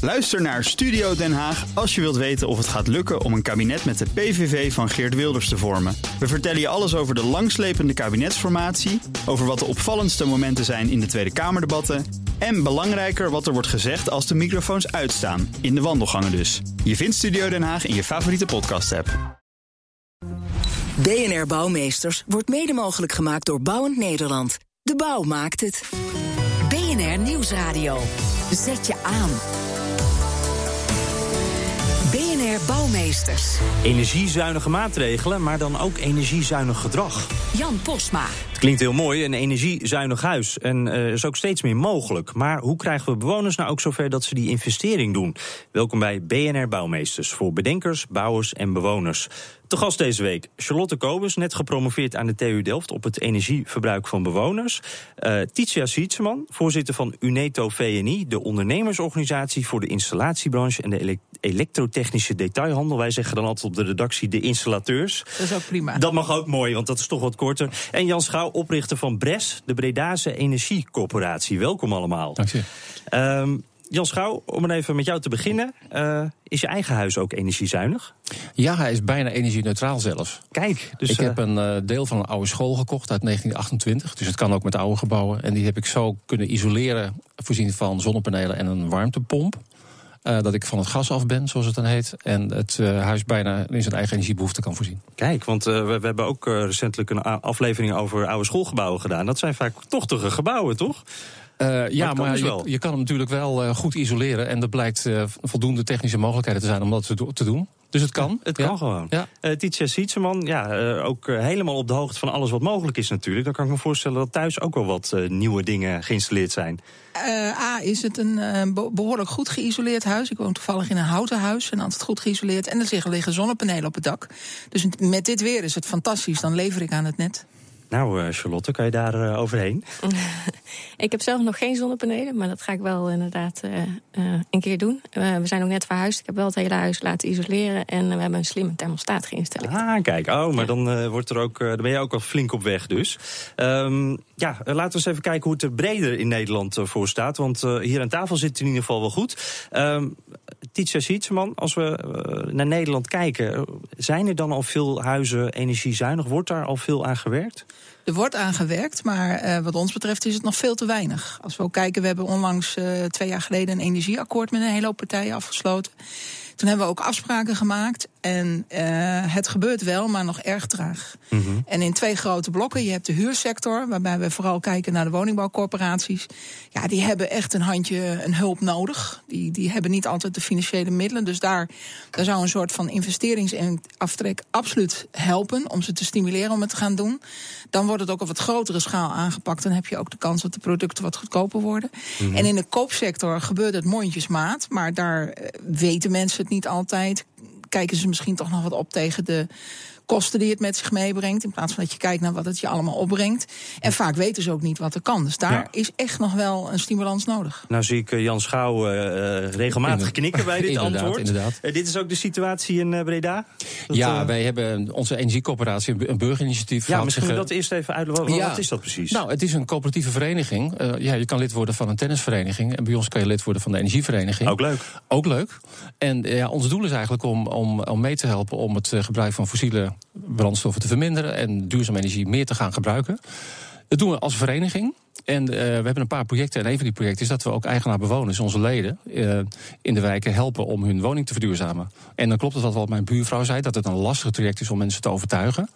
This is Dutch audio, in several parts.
Luister naar Studio Den Haag als je wilt weten of het gaat lukken om een kabinet met de PVV van Geert Wilders te vormen. We vertellen je alles over de langslepende kabinetsformatie, over wat de opvallendste momenten zijn in de Tweede Kamerdebatten en belangrijker wat er wordt gezegd als de microfoons uitstaan, in de wandelgangen dus. Je vindt Studio Den Haag in je favoriete podcast-app. BNR Bouwmeesters wordt mede mogelijk gemaakt door Bouwend Nederland. De bouw maakt het. BNR Nieuwsradio. Zet je aan. BNR Bouwmeesters. Energiezuinige maatregelen, maar dan ook energiezuinig gedrag. Jan Posma. Het klinkt heel mooi, een energiezuinig huis. En is ook steeds meer mogelijk. Maar hoe krijgen we bewoners nou ook zover dat ze die investering doen? Welkom bij BNR Bouwmeesters. Voor bedenkers, bouwers en bewoners. Te gast deze week Charlotte Kobus, net gepromoveerd aan de TU Delft op het energieverbruik van bewoners. Titia Sietseman, voorzitter van Uneto VNI, de ondernemersorganisatie voor de installatiebranche en de elektrotechnische detailhandel. Wij zeggen dan altijd op de redactie de installateurs. Dat is ook prima. Dat mag ook mooi, want dat is toch wat korter. En Jan Schouw, oprichter van BRES, de Bredase Energiecorporatie. Welkom allemaal. Dank je. Jan Schouw, om er even met jou te beginnen. Is je eigen huis ook energiezuinig? Ja, hij is bijna energie-neutraal zelfs. Kijk. Dus, ik heb een deel van een oude school gekocht uit 1928. Dus het kan ook met oude gebouwen. En die heb ik zo kunnen isoleren, voorzien van zonnepanelen en een warmtepomp. Dat ik van het gas af ben, zoals het dan heet. En het huis bijna in zijn eigen energiebehoefte kan voorzien. Kijk, want we hebben ook recentelijk een aflevering over oude schoolgebouwen gedaan. Dat zijn vaak tochtige gebouwen, toch? Ja, maar je kan hem natuurlijk wel goed isoleren. En er blijkt voldoende technische mogelijkheden te zijn om dat te doen. Dus het kan. Het kan gewoon. Ja. Titia Sietseman, ook helemaal op de hoogte van alles wat mogelijk is natuurlijk. Dan kan ik me voorstellen dat thuis ook wel wat nieuwe dingen geïnstalleerd zijn. Is het een behoorlijk goed geïsoleerd huis. Ik woon toevallig in een houten huis en altijd goed geïsoleerd. En er liggen zonnepanelen op het dak. Dus met dit weer is het fantastisch. Dan lever ik aan het net. Nou, Charlotte, kan je daar overheen? Ik heb zelf nog geen zonnepanelen, maar dat ga ik wel inderdaad een keer doen. We zijn ook net verhuisd. Ik heb wel het hele huis laten isoleren en we hebben een slimme thermostaat geïnstalleerd. Kijk. Maar dan dan ben je ook al flink op weg dus. Laten we eens even kijken hoe het er breder in Nederland voor staat. Want hier aan tafel zit het in ieder geval wel goed. Titia Sietseman, als we naar Nederland kijken, zijn er dan al veel huizen energiezuinig? Wordt daar al veel aan gewerkt? Er wordt aan gewerkt, maar wat ons betreft is het nog veel te weinig. Als we ook kijken, we hebben onlangs 2 jaar geleden een energieakkoord met een hele hoop partijen afgesloten. Toen hebben we ook afspraken gemaakt. En het gebeurt wel, maar nog erg traag. Mm-hmm. En in 2 grote blokken. Je hebt de huursector, waarbij we vooral kijken naar de woningbouwcorporaties. Ja, die hebben echt een hulp nodig. Die hebben niet altijd de financiële middelen. Dus daar zou een soort van investeringsaftrek absoluut helpen om ze te stimuleren om het te gaan doen. Dan wordt het ook op wat grotere schaal aangepakt. Dan heb je ook de kans dat de producten wat goedkoper worden. Mm-hmm. En in de koopsector gebeurt het mondjesmaat. Maar daar weten mensen het niet altijd. Kijken ze misschien toch nog wat op tegen de kosten die het met zich meebrengt, in plaats van dat je kijkt naar wat het je allemaal opbrengt. En vaak weten ze ook niet wat er kan. Dus daar is echt nog wel een stimulans nodig. Nou zie ik Jan Schouw regelmatig knikken bij dit antwoord. Inderdaad. Dit is ook de situatie in Breda? Wij hebben onze energiecoöperatie, een burgerinitiatief. Ja, misschien we dat eerst even uitleggen. Wat is dat precies? Nou, het is een coöperatieve vereniging. Je kan lid worden van een tennisvereniging. En bij ons kan je lid worden van de energievereniging. Ook leuk. En ons doel is eigenlijk om mee te helpen om het gebruik van fossiele brandstoffen te verminderen en duurzame energie meer te gaan gebruiken. Dat doen we als vereniging. En we hebben een paar projecten. En een van die projecten is dat we ook eigenaar-bewoners, onze leden, in de wijken helpen om hun woning te verduurzamen. En dan klopt het wat mijn buurvrouw zei, dat het een lastig traject is om mensen te overtuigen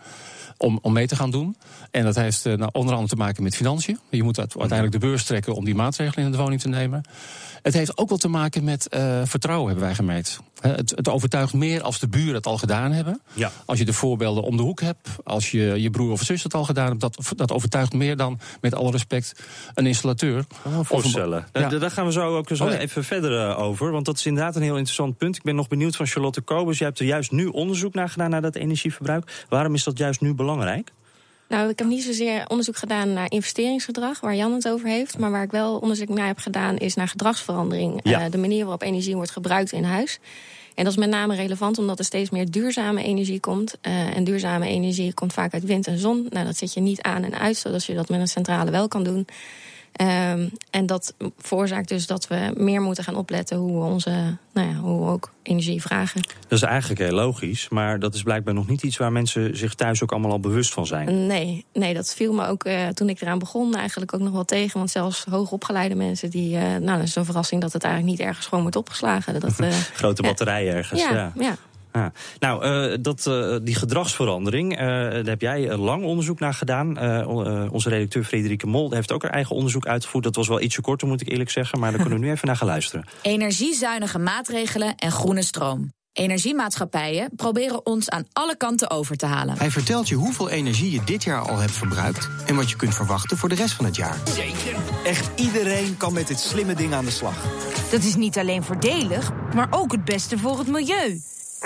om mee te gaan doen. En dat heeft onder andere te maken met financiën. Je moet uiteindelijk de beurs trekken om die maatregelen in de woning te nemen. Het heeft ook wel te maken met vertrouwen, hebben wij gemeten. Het overtuigt meer als de buren het al gedaan hebben. Ja. Als je de voorbeelden om de hoek hebt, als je broer of zus het al gedaan hebt, dat overtuigt meer dan, met alle respect, een installateur. Ik kan me voorstellen. Daar gaan we zo ook even verder over. Want dat is inderdaad een heel interessant punt. Ik ben nog benieuwd van Charlotte Kobus. Jij hebt er juist nu onderzoek naar gedaan naar dat energieverbruik. Waarom is dat juist nu belangrijk? Nou, ik heb niet zozeer onderzoek gedaan naar investeringsgedrag, waar Jan het over heeft. Maar waar ik wel onderzoek naar heb gedaan, is naar gedragsverandering. De manier waarop energie wordt gebruikt in huis. En dat is met name relevant omdat er steeds meer duurzame energie komt. En duurzame energie komt vaak uit wind en zon. Nou, dat zet je niet aan en uit, zodat je dat met een centrale wel kan doen. En dat veroorzaakt dus dat we meer moeten gaan opletten hoe we ook energie vragen. Dat is eigenlijk heel logisch, maar dat is blijkbaar nog niet iets waar mensen zich thuis ook allemaal al bewust van zijn. Nee, dat viel me ook toen ik eraan begon eigenlijk ook nog wel tegen. Want zelfs hoogopgeleide mensen dat is een verrassing dat het eigenlijk niet ergens gewoon wordt opgeslagen. Grote batterijen ergens. Ja. Ah. Nou, die gedragsverandering, daar heb jij lang onderzoek naar gedaan. Onze redacteur Frederike Mol heeft ook haar eigen onderzoek uitgevoerd. Dat was wel ietsje korter, moet ik eerlijk zeggen, maar daar kunnen we nu even naar gaan luisteren. Energiezuinige maatregelen en groene stroom. Energiemaatschappijen proberen ons aan alle kanten over te halen. Hij vertelt je hoeveel energie je dit jaar al hebt verbruikt en wat je kunt verwachten voor de rest van het jaar. Zeker. Echt iedereen kan met dit slimme ding aan de slag. Dat is niet alleen voordelig, maar ook het beste voor het milieu.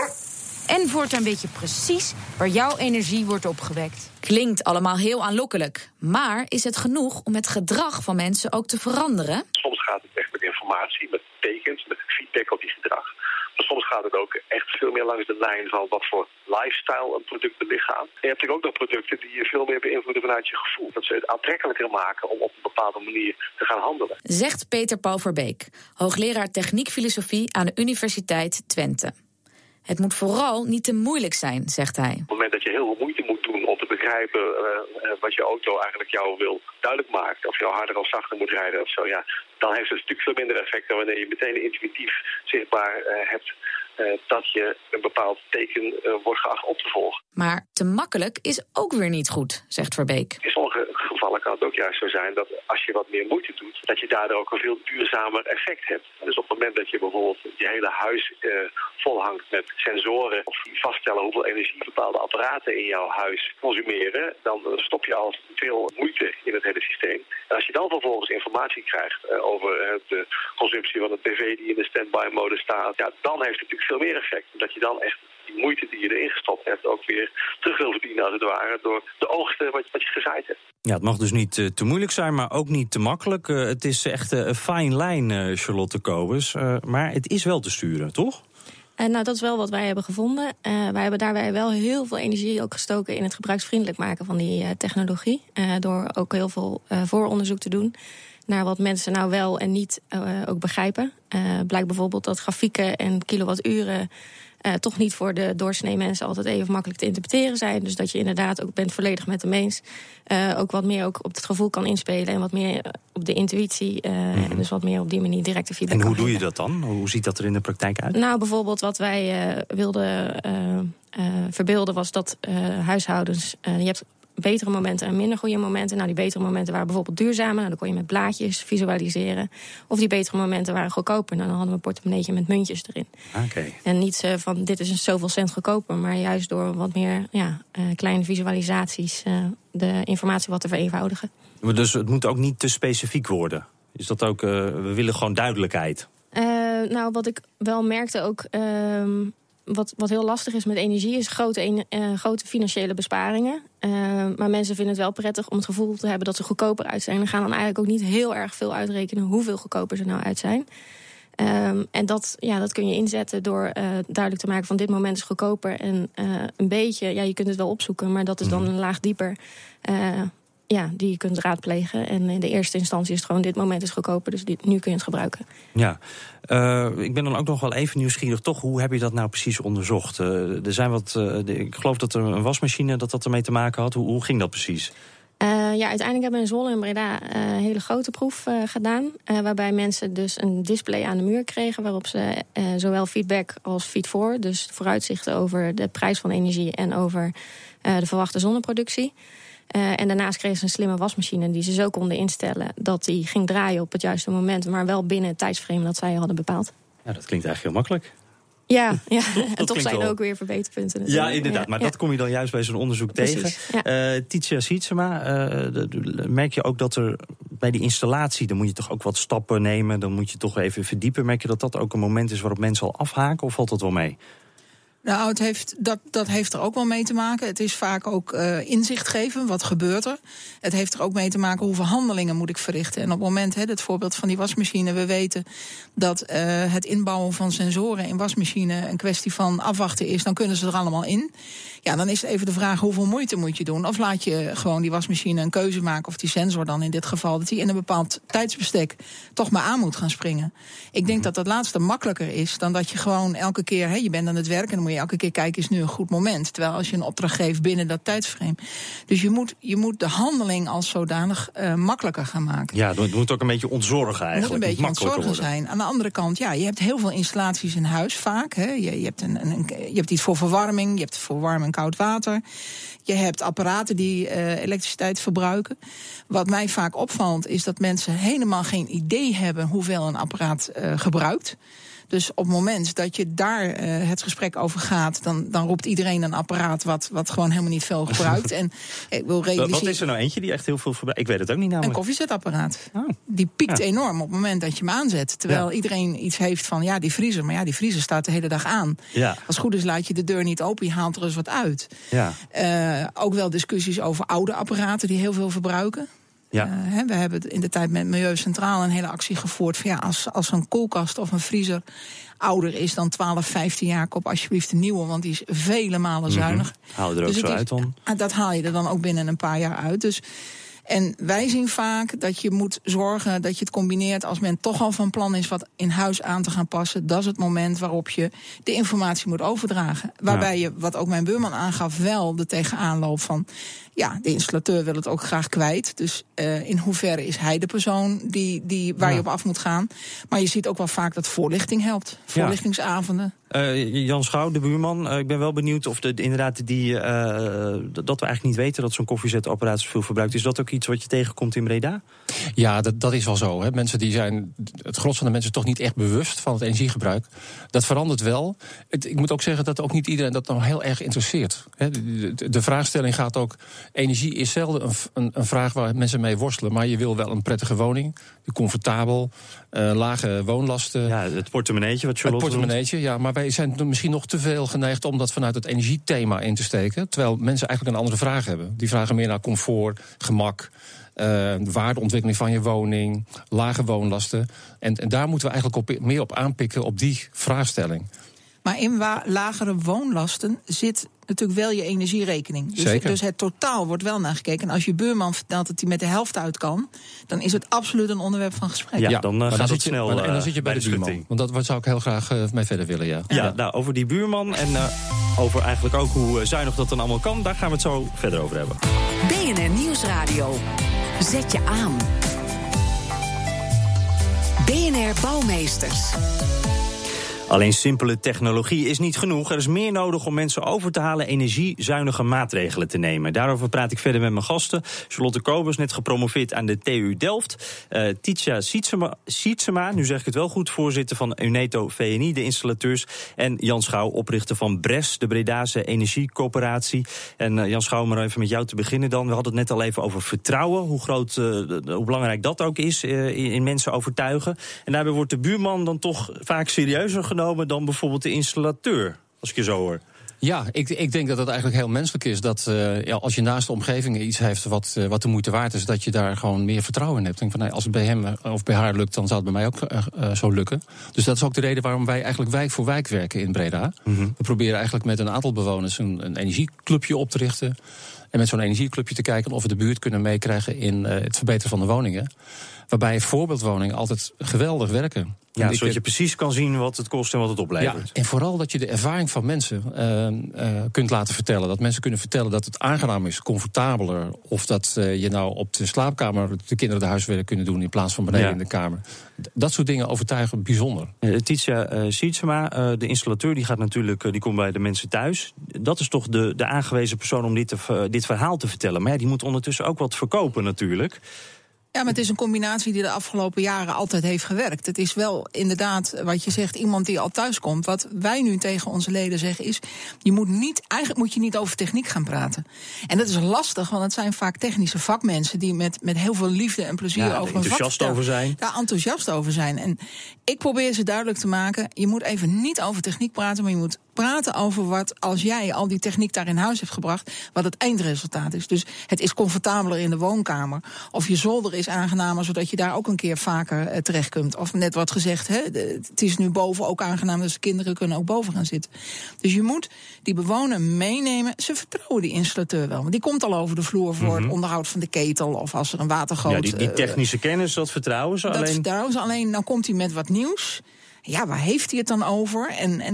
En voortaan weet je precies waar jouw energie wordt opgewekt. Klinkt allemaal heel aanlokkelijk. Maar is het genoeg om het gedrag van mensen ook te veranderen? Soms gaat het echt met informatie, met tekens, met feedback op die gedrag. Maar soms gaat het ook echt veel meer langs de lijn van wat voor lifestyle een product belichaamt. En je hebt natuurlijk ook nog producten die je veel meer beïnvloeden vanuit je gevoel. Dat ze het aantrekkelijker maken om op een bepaalde manier te gaan handelen. Zegt Peter Paul Verbeek, hoogleraar techniek filosofie aan de Universiteit Twente. Het moet vooral niet te moeilijk zijn, zegt hij. Op het moment dat je heel veel moeite moet doen om te begrijpen wat je auto eigenlijk jou wil duidelijk maakt, of jou harder of zachter moet rijden of zo, dan heeft het natuurlijk veel minder effect dan wanneer je meteen intuïtief zichtbaar hebt dat je een bepaald teken wordt geacht op te volgen. Maar te makkelijk is ook weer niet goed, zegt Verbeek. In sommige gevallen kan het ook juist zo zijn dat als je wat meer moeite doet, dat je daardoor ook een veel duurzamer effect hebt. Dus op het moment dat je bijvoorbeeld je hele huis volhangt met sensoren of vaststellen hoeveel energie bepaalde apparaten in jouw huis consumeren, dan stop je al veel moeite in het hele systeem. En als je dan vervolgens informatie krijgt over de consumptie van een tv die in de standby mode staat, dan heeft het natuurlijk veel meer effect. Dat je dan echt die moeite die je erin gestopt hebt ook weer terug wil verdienen als het ware door de oogsten wat je gezaaid hebt. Ja, het mag dus niet te moeilijk zijn, maar ook niet te makkelijk. Het is echt een fine line, Charlotte Kobus. Maar het is wel te sturen, toch? Dat is wel wat wij hebben gevonden. Wij hebben daarbij wel heel veel energie ook gestoken in het gebruiksvriendelijk maken van die technologie. Door ook heel veel vooronderzoek te doen naar wat mensen nou wel en niet ook begrijpen. Blijkt bijvoorbeeld dat grafieken en kilowatturen toch niet voor de doorsnee mensen altijd even makkelijk te interpreteren zijn. Dus dat je inderdaad ook bent volledig met de mens. Ook wat meer ook op het gevoel kan inspelen en wat meer op de intuïtie. En dus wat meer op die manier directe feedback. En hoe doe je dat dan? Hoe ziet dat er in de praktijk uit? Nou, bijvoorbeeld wat wij wilden verbeelden was dat huishoudens, je hebt betere momenten en minder goede momenten. Nou, die betere momenten waren bijvoorbeeld duurzamer. Nou, dan kon je met blaadjes visualiseren. Of die betere momenten waren goedkoper. Nou, dan hadden we een portemonneetje met muntjes erin. Okay. En niet van dit is een zoveel cent goedkoper. Maar juist door wat meer kleine visualisaties de informatie wat te vereenvoudigen. Dus het moet ook niet te specifiek worden? Is dat ook, we willen gewoon duidelijkheid? Nou, wat ik wel merkte ook, wat heel lastig is met energie is grote financiële besparingen. Maar mensen vinden het wel prettig om het gevoel te hebben dat ze goedkoper uit zijn. En gaan dan eigenlijk ook niet heel erg veel uitrekenen hoeveel goedkoper ze nou uit zijn. En dat kun je inzetten door duidelijk te maken van dit moment is goedkoper. En een beetje, je kunt het wel opzoeken, maar dat is dan een laag dieper. Die je kunt raadplegen. En in de eerste instantie is het gewoon dit moment is goedkoper, dus nu kun je het gebruiken. Ja, ik ben dan ook nog wel even nieuwsgierig. Toch, hoe heb je dat nou precies onderzocht? Er zijn ik geloof dat er een wasmachine dat ermee te maken had. Hoe ging dat precies? Uiteindelijk hebben we in Zwolle en Breda een hele grote proef gedaan. Waarbij mensen dus een display aan de muur kregen, waarop ze zowel feedback als feed-for, dus vooruitzichten over de prijs van energie en over de verwachte zonneproductie. En daarnaast kregen ze een slimme wasmachine die ze zo konden instellen dat die ging draaien op het juiste moment, maar wel binnen het tijdsframe dat zij hadden bepaald. Ja, dat klinkt eigenlijk heel makkelijk. Ja. En toch zijn er ook weer verbeterpunten natuurlijk. Ja, inderdaad. Maar dat kom je dan juist bij zo'n onderzoek tegen. Titia Sietsema, merk je ook dat er bij die installatie, dan moet je toch ook wat stappen nemen, dan moet je toch even verdiepen. Merk je dat dat ook een moment is waarop mensen al afhaken, of valt dat wel mee? Nou, dat heeft er ook wel mee te maken. Het is vaak ook inzicht geven, wat gebeurt er. Het heeft er ook mee te maken hoeveel handelingen moet ik verrichten. En op het moment, het voorbeeld van die wasmachine, we weten dat het inbouwen van sensoren in wasmachine een kwestie van afwachten is. Dan kunnen ze er allemaal in. Ja, dan is het even de vraag hoeveel moeite moet je doen. Of laat je gewoon die wasmachine een keuze maken, of die sensor dan in dit geval, dat die in een bepaald tijdsbestek toch maar aan moet gaan springen. Ik denk dat laatste makkelijker is dan dat je gewoon elke keer, je bent aan het werk en dan moet je elke keer kijken, is nu een goed moment. Terwijl als je een opdracht geeft binnen dat tijdsframe. Dus je moet de handeling als zodanig makkelijker gaan maken. Ja, het moet ook een beetje ontzorgen eigenlijk. Het moet een beetje ontzorgen zijn. Aan de andere kant, je hebt heel veel installaties in huis vaak. Je hebt iets voor verwarming, je hebt voor warm en koud water. Je hebt apparaten die elektriciteit verbruiken. Wat mij vaak opvalt is dat mensen helemaal geen idee hebben hoeveel een apparaat gebruikt. Dus op het moment dat je daar het gesprek over gaat, dan roept iedereen een apparaat wat gewoon helemaal niet veel gebruikt. En ik wil realiseren. Wat is er nou eentje die echt heel veel verbruikt? Ik weet het ook niet namelijk. Een koffiezetapparaat. Oh. Die piekt enorm op het moment dat je hem aanzet. Terwijl iedereen iets heeft van die vriezer. Maar die vriezer staat de hele dag aan. Ja. Als het goed is laat je de deur niet open, je haalt er eens wat uit. Ja. Ook wel discussies over oude apparaten die heel veel verbruiken. Ja. We hebben in de tijd met Milieu Centraal een hele actie gevoerd van als een koelkast of een vriezer ouder is dan 12, 15 jaar, koop alsjeblieft een nieuwe, want die is vele malen zuiniger. Haal je er ook zo uit dan? Dat haal je er dan ook binnen een paar jaar uit. Dus, en wij zien vaak dat je moet zorgen dat je het combineert als men toch al van plan is wat in huis aan te gaan passen. Dat is het moment waarop je de informatie moet overdragen. Waarbij je, wat ook mijn buurman aangaf, wel de tegenaanloop van de installateur wil het ook graag kwijt. Dus in hoeverre is hij de persoon waar je op af moet gaan. Maar je ziet ook wel vaak dat voorlichting helpt. Voorlichtingsavonden. Jan Schouw, de buurman. Ik ben wel benieuwd of dat we eigenlijk niet weten dat zo'n koffiezetapparaat zoveel verbruikt. Is dat ook iets wat je tegenkomt in Breda? Ja, dat is wel zo. Hè. Mensen het gros van de mensen toch niet echt bewust van het energiegebruik. Dat verandert wel. Ik moet ook zeggen dat ook niet iedereen dat nou heel erg interesseert. Hè. De vraagstelling gaat ook. Energie is zelden een vraag waar mensen mee worstelen. Maar je wil wel een prettige woning, comfortabel, lage woonlasten. Ja, het portemonneetje wat Charlotte Het portemonneetje, ja, maar wij zijn misschien nog te veel geneigd om dat vanuit het energiethema in te steken. Terwijl mensen eigenlijk een andere vraag hebben. Die vragen meer naar comfort, gemak, waardeontwikkeling van je woning, lage woonlasten. En daar moeten we eigenlijk meer op aanpikken op die vraagstelling. Maar in lagere woonlasten zit natuurlijk wel je energierekening. Dus het totaal wordt wel naar gekeken. En als je buurman vertelt dat hij met de helft uit kan, dan is het absoluut een onderwerp van gesprek. Ja, dan gaat het snel. En dan zit je bij de buurman. Want dat zou ik heel graag mee verder willen, Nou, over die buurman en over eigenlijk ook hoe zuinig dat dan allemaal kan, daar gaan we het zo verder over hebben. BNR Nieuwsradio. Zet je aan. BNR Bouwmeesters. Alleen simpele technologie is niet genoeg. Er is meer nodig om mensen over te halen energiezuinige maatregelen te nemen. Daarover praat ik verder met mijn gasten. Charlotte Kobus, net gepromoveerd aan de TU Delft. Titia Sietsema, nu zeg ik het wel goed, voorzitter van Uneto VNI, de installateurs. En Jan Schouw, oprichter van BRES, de Bredase Energiecoöperatie. En Jan Schouw, maar even met jou te beginnen dan. We hadden het net al even over vertrouwen. Hoe belangrijk dat ook is in mensen overtuigen. En daarbij wordt de buurman dan toch vaak serieuzer genomen dan bijvoorbeeld de installateur, als ik je zo hoor. Ja, ik denk dat het eigenlijk heel menselijk is dat als je naast de omgeving iets heeft wat de moeite waard is, dat je daar gewoon meer vertrouwen in hebt. Denk van, als het bij hem of bij haar lukt, dan zal het bij mij ook zo lukken. Dus dat is ook de reden waarom wij eigenlijk wijk voor wijk werken in Breda. Mm-hmm. We proberen eigenlijk met een aantal bewoners een energieclubje op te richten. En met zo'n energieclubje te kijken of we de buurt kunnen meekrijgen in het verbeteren van de woningen. Waarbij voorbeeldwoningen altijd geweldig werken. Ja, zodat je precies kan zien wat het kost en wat het oplevert. Ja, en vooral dat je de ervaring van mensen kunt laten vertellen. Dat mensen kunnen vertellen dat het aangenaam is, comfortabeler. Of dat je nou op de slaapkamer de kinderen de huiswerk kunnen doen in plaats van beneden in de kamer. Dat soort dingen overtuigen bijzonder. Titia Sietsema, de installateur, die komt bij de mensen thuis. Dat is toch de aangewezen persoon om dit verhaal te vertellen. Maar die moet ondertussen ook wat verkopen natuurlijk. Ja, maar het is een combinatie die de afgelopen jaren altijd heeft gewerkt. Het is wel inderdaad, wat je zegt, iemand die al thuis komt. Wat wij nu tegen onze leden zeggen is, eigenlijk moet je niet over techniek gaan praten. En dat is lastig, want het zijn vaak technische vakmensen die met heel veel liefde en plezier over een vak daar enthousiast over zijn. En ik probeer ze duidelijk te maken, je moet even niet over techniek praten, maar je moet praten over wat, als jij al die techniek daar in huis hebt gebracht, wat het eindresultaat is. Dus het is comfortabeler in de woonkamer. Of je zolder is aangenamer, zodat je daar ook een keer vaker terecht kunt. Of net wat gezegd, het is nu boven ook aangenaam, dus de kinderen kunnen ook boven gaan zitten. Dus je moet die bewoner meenemen. Ze vertrouwen die installateur wel, want die komt al over de vloer voor het onderhoud van de ketel, of als er een watergoot... Ja, die technische kennis, dat vertrouwen ze alleen. Dan komt hij met wat nieuws. Ja, waar heeft hij het dan over?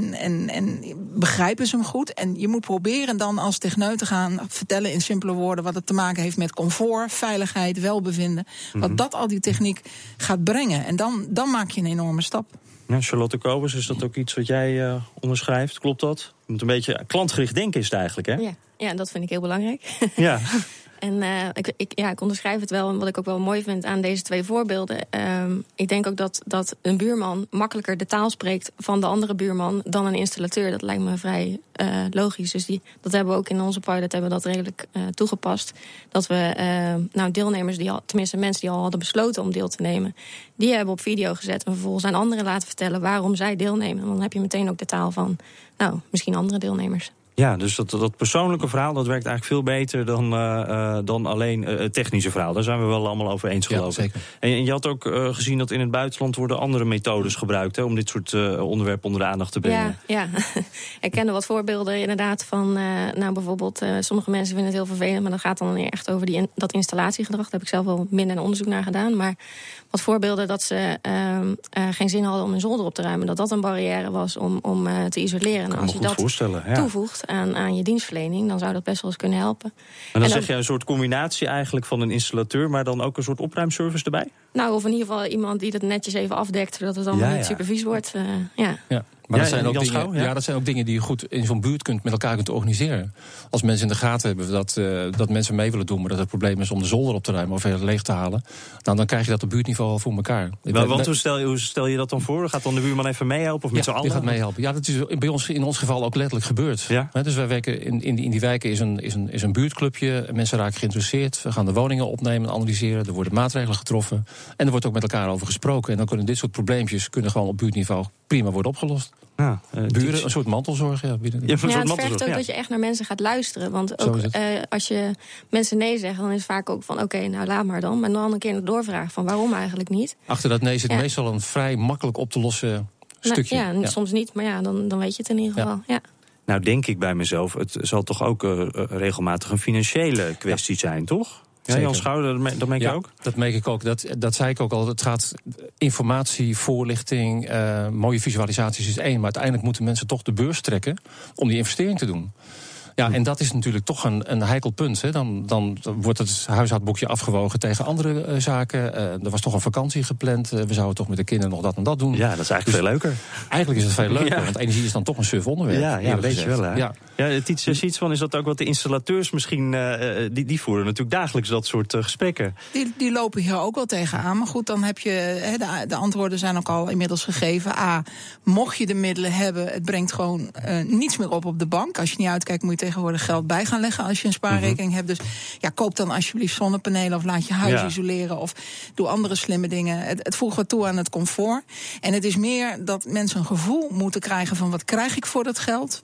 En begrijpen ze hem goed? En je moet proberen dan als techneut te gaan vertellen in simpele woorden wat het te maken heeft met comfort, veiligheid, welbevinden. Wat dat al die techniek gaat brengen. En dan maak je een enorme stap. Ja, Charlotte Kobus, is dat ook iets wat jij onderschrijft? Klopt dat? Je moet een beetje klantgericht denken is het eigenlijk, hè? Ja, dat vind ik heel belangrijk. Ja. En ik onderschrijf het wel. En wat ik ook wel mooi vind aan deze 2 voorbeelden. Ik denk ook dat een buurman makkelijker de taal spreekt van de andere buurman dan een installateur. Dat lijkt me vrij logisch. Dus dat hebben we ook in onze pilot redelijk toegepast. Dat we deelnemers, tenminste mensen die al hadden besloten om deel te nemen, die hebben op video gezet en vervolgens aan anderen laten vertellen waarom zij deelnemen. En dan heb je meteen ook de taal van misschien andere deelnemers. Ja, dus dat persoonlijke verhaal, dat werkt eigenlijk veel beter dan alleen het technische verhaal. Daar zijn we wel allemaal over eens, geloof ik. Zeker. En je had ook gezien dat in het buitenland worden andere methodes gebruikt, hè, om dit soort onderwerpen onder de aandacht te brengen. Ja. Ik ken wat voorbeelden inderdaad van, bijvoorbeeld, sommige mensen vinden het heel vervelend, maar dat gaat dan echt over dat installatiegedrag. Daar heb ik zelf wel minder een onderzoek naar gedaan. Maar wat voorbeelden dat ze geen zin hadden om hun zolder op te ruimen, dat een barrière was om te isoleren. En als je dat toevoegt aan je dienstverlening, dan zou dat best wel eens kunnen helpen. En dan zeg je een soort combinatie eigenlijk van een installateur, maar dan ook een soort opruimservice erbij? Nou, of in ieder geval iemand die dat netjes even afdekt, zodat het allemaal niet super vies wordt. Maar dat zijn ook dingen die je goed in zo'n buurt met elkaar kunt organiseren. Als mensen in de gaten hebben dat mensen mee willen doen, maar dat het probleem is om de zolder op te ruimen of even leeg te halen, dan krijg je dat op buurtniveau al voor elkaar. Want hoe stel je dat dan voor? Gaat dan de buurman even meehelpen of met z'n allen? Die gaat meehelpen. Ja, dat is in ons geval ook letterlijk gebeurd. Ja? Dus wij werken in die wijken is een buurtclubje. Mensen raken geïnteresseerd. We gaan de woningen opnemen en analyseren. Er worden maatregelen getroffen. En er wordt ook met elkaar over gesproken. En dan kunnen dit soort probleempjes gewoon op buurtniveau prima worden opgelost. Ja, buren, een soort mantelzorg. Het vergt ook dat je echt naar mensen gaat luisteren. Want ook als je mensen nee zegt, dan is het vaak ook van oké, laat maar dan. Maar dan een keer doorvragen van waarom eigenlijk niet. Achter dat nee zit meestal een vrij makkelijk op te lossen stukje. Soms niet, maar dan weet je het in ieder geval. Ja. Nou denk ik bij mezelf, het zal toch ook regelmatig een financiële kwestie zijn, toch? Ja, Jan Schouder, dat merk je ook? Dat merk ik ook. Dat zei ik ook al. Het gaat informatie, voorlichting, mooie visualisaties is één. Maar uiteindelijk moeten mensen toch de beurs trekken om die investering te doen. Ja, en dat is natuurlijk toch een heikel punt. Hè. Dan wordt het huishoudboekje afgewogen tegen andere zaken. Er was toch een vakantie gepland. We zouden toch met de kinderen nog dat en dat doen. Ja, dat is eigenlijk veel leuker. Eigenlijk is het veel leuker, want energie is dan toch een suf onderwerp. Ja, weet je wel. Hè? Ja, het iets van is dat ook wat de installateurs misschien, die voeren natuurlijk dagelijks dat soort gesprekken. Die lopen hier ook wel tegenaan. Maar goed, dan heb je, de antwoorden zijn ook al inmiddels gegeven. Mocht je de middelen hebben, het brengt gewoon niets meer op de bank. Als je niet uitkijkt, moet je tegenwoordig geld bij gaan leggen als je een spaarrekening hebt. Dus koop dan alsjeblieft zonnepanelen of laat je huis isoleren of doe andere slimme dingen. Het voegt wat toe aan het comfort. En het is meer dat mensen een gevoel moeten krijgen van wat krijg ik voor dat geld?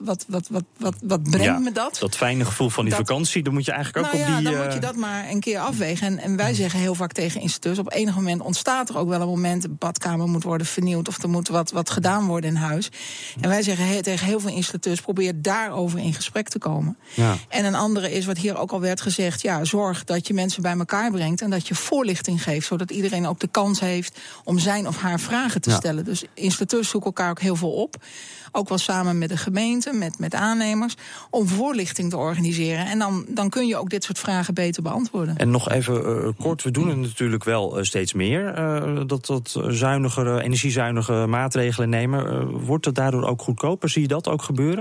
Wat brengt me dat? Dat fijne gevoel van die vakantie, dan moet je eigenlijk ook op die... dan moet je dat maar een keer afwegen. En wij zeggen heel vaak tegen installateurs, op enig moment ontstaat er ook wel een moment, de badkamer moet worden vernieuwd of er moet wat gedaan worden in huis. En wij zeggen tegen heel veel installateurs, probeer daarover in gesprek te komen. Ja. En een andere is, wat hier ook al werd gezegd, zorg dat je mensen bij elkaar brengt en dat je voorlichting geeft, zodat iedereen ook de kans heeft om zijn of haar vragen te stellen. Dus installateurs zoeken elkaar ook heel veel op. Ook wel samen met de gemeente, met aannemers, om voorlichting te organiseren. En dan kun je ook dit soort vragen beter beantwoorden. En nog even kort, we doen het natuurlijk wel steeds meer. Dat energiezuinige maatregelen nemen. Wordt het daardoor ook goedkoper? Zie je dat ook gebeuren?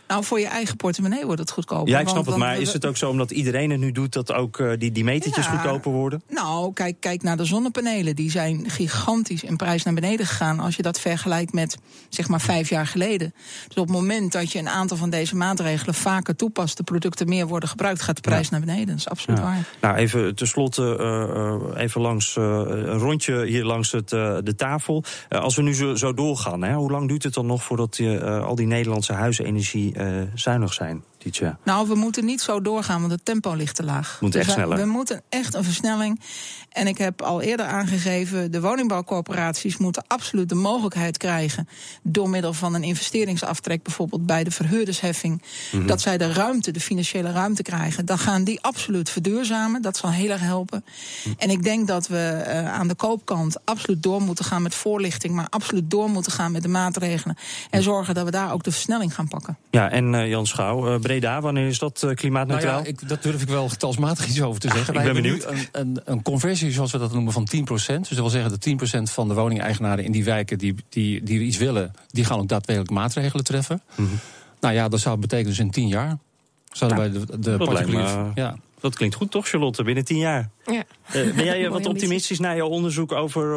Nou, voor je eigen portemonnee wordt het goedkoper. Ja, ik snap het, maar is het ook zo omdat iedereen het nu doet... dat ook die metertjes goedkoper worden? Nou, kijk naar de zonnepanelen. Die zijn gigantisch in prijs naar beneden gegaan... als je dat vergelijkt met, zeg maar, 5 jaar geleden. Dus op het moment dat je een aantal van deze maatregelen vaker toepast... de producten meer worden gebruikt, gaat de prijs naar beneden. Dat is absoluut waar. Nou, even tenslotte, even langs een rondje hier langs de tafel. Als we nu zo doorgaan, hè, hoe lang duurt het dan nog... voordat al die Nederlandse huizen energiezuinig zijn? Nou, we moeten niet zo doorgaan, want het tempo ligt te laag. Moet echt sneller. We moeten echt een versnelling. En ik heb al eerder aangegeven... de woningbouwcorporaties moeten absoluut de mogelijkheid krijgen... door middel van een investeringsaftrek... bijvoorbeeld bij de verhuurdersheffing... dat zij de financiële ruimte krijgen. Dan gaan die absoluut verduurzamen. Dat zal heel erg helpen. En ik denk dat we aan de koopkant absoluut door moeten gaan met voorlichting... maar absoluut door moeten gaan met de maatregelen... en zorgen dat we daar ook de versnelling gaan pakken. Ja, en Jan Schouw, Breda, wanneer is dat klimaatneutraal? Nou ja, dat durf ik wel getalsmatig iets over te zeggen. Ik ben benieuwd. Een conversie, zoals we dat noemen, van 10%. Dus dat wil zeggen dat 10% van de woningeigenaren in die wijken die iets willen... die gaan ook daadwerkelijk maatregelen treffen. Nou ja, dat zou betekenen dus in 10 jaar. Zouden wij de particulier... Dat klinkt goed toch, Charlotte, binnen 10 jaar? Ja. Ben jij wat optimistisch na jouw onderzoek over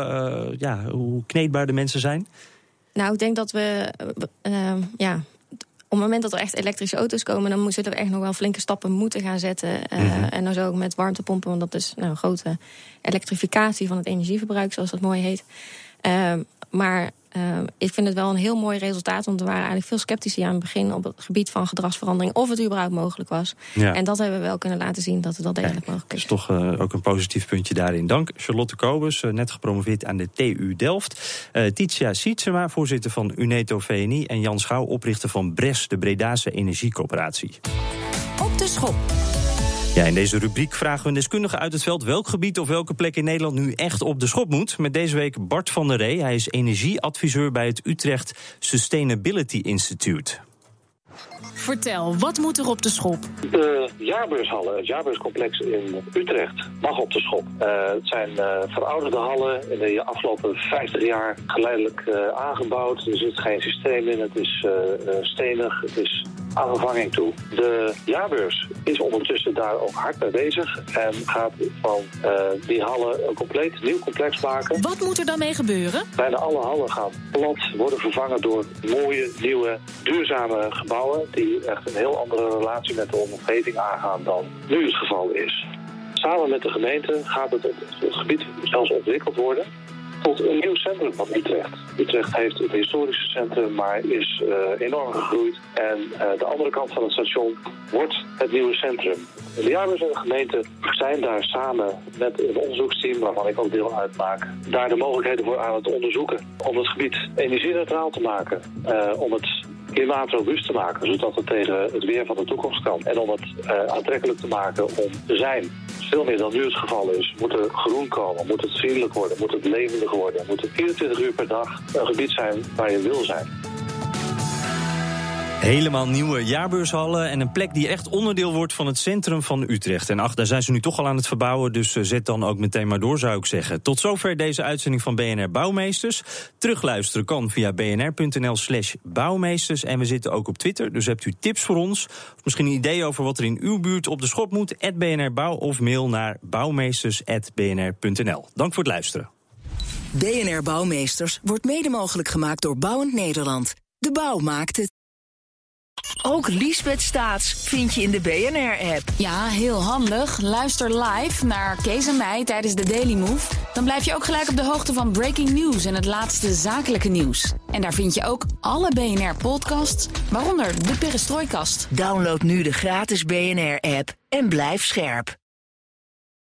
hoe kneedbaar de mensen zijn? Nou, ik denk dat we... Op het moment dat er echt elektrische auto's komen... dan zullen we echt nog wel flinke stappen moeten gaan zetten. En dan zo ook met warmtepompen... want dat is een grote elektrificatie van het energieverbruik... zoals dat mooi heet. Maar ik vind het wel een heel mooi resultaat... want we waren eigenlijk veel sceptici aan het begin... op het gebied van gedragsverandering... of het überhaupt mogelijk was. Ja. En dat hebben we wel kunnen laten zien dat het wel degelijk mogelijk is. Dat is toch ook een positief puntje daarin. Dank Charlotte Kobus, net gepromoveerd aan de TU Delft. Titia Sietsema, voorzitter van Uneto VNI... en Jan Schouw, oprichter van BRES, de Bredase Energiecoöperatie. Op de schop. Ja, in deze rubriek vragen we een deskundige uit het veld... welk gebied of welke plek in Nederland nu echt op de schop moet. Met deze week Bart van der Ree. Hij is energieadviseur bij het Utrecht Sustainability Institute. Vertel, wat moet er op de schop? De jaarbeurshallen, het jaarbeurscomplex in Utrecht, mag op de schop. Het zijn verouderde hallen, in de afgelopen 50 jaar geleidelijk aangebouwd. Er zit geen systeem in, het is stenig, het is aan vervanging toe. De jaarbeurs is ondertussen daar ook hard mee bezig en gaat van die hallen een compleet nieuw complex maken. Wat moet er dan mee gebeuren? Bijna alle hallen gaan plat worden vervangen door mooie, nieuwe, duurzame gebouwen die echt een heel andere relatie met de omgeving aangaan dan nu het geval is. Samen met de gemeente gaat het gebied zelfs ontwikkeld worden tot een nieuw centrum van Utrecht. Utrecht heeft het historische centrum, maar is enorm gegroeid. En de andere kant van het station wordt het nieuwe centrum. De jaarbeurs en de gemeente zijn daar samen met een onderzoeksteam, waarvan ik ook deel uitmaak, daar de mogelijkheden voor aan het onderzoeken. Om het gebied energie-neutraal te maken, om het klimaatrobuust te maken, zodat het tegen het weer van de toekomst kan. En om het aantrekkelijk te maken om te zijn. Veel meer dan nu het geval is. Moet er groen komen, moet het vriendelijk worden, moet het levendig worden. Moet het 24 uur per dag een gebied zijn waar je wil zijn. Helemaal nieuwe jaarbeurshallen en een plek die echt onderdeel wordt van het centrum van Utrecht. En daar zijn ze nu toch al aan het verbouwen, dus zet dan ook meteen maar door, zou ik zeggen. Tot zover deze uitzending van BNR Bouwmeesters. Terugluisteren kan via bnr.nl/bouwmeesters. En we zitten ook op Twitter, dus hebt u tips voor ons? Of misschien een idee over wat er in uw buurt op de schop moet? @BNR Bouw of mail naar bouwmeesters@bnr.nl. Dank voor het luisteren. BNR Bouwmeesters wordt mede mogelijk gemaakt door Bouwend Nederland. De bouw maakt het. Ook Liesbeth Staats vind je in de BNR-app. Ja, heel handig. Luister live naar Kees en mij tijdens de Daily Move. Dan blijf je ook gelijk op de hoogte van breaking news en het laatste zakelijke nieuws. En daar vind je ook alle BNR-podcasts, waaronder de Perestrooikast. Download nu de gratis BNR-app en blijf scherp.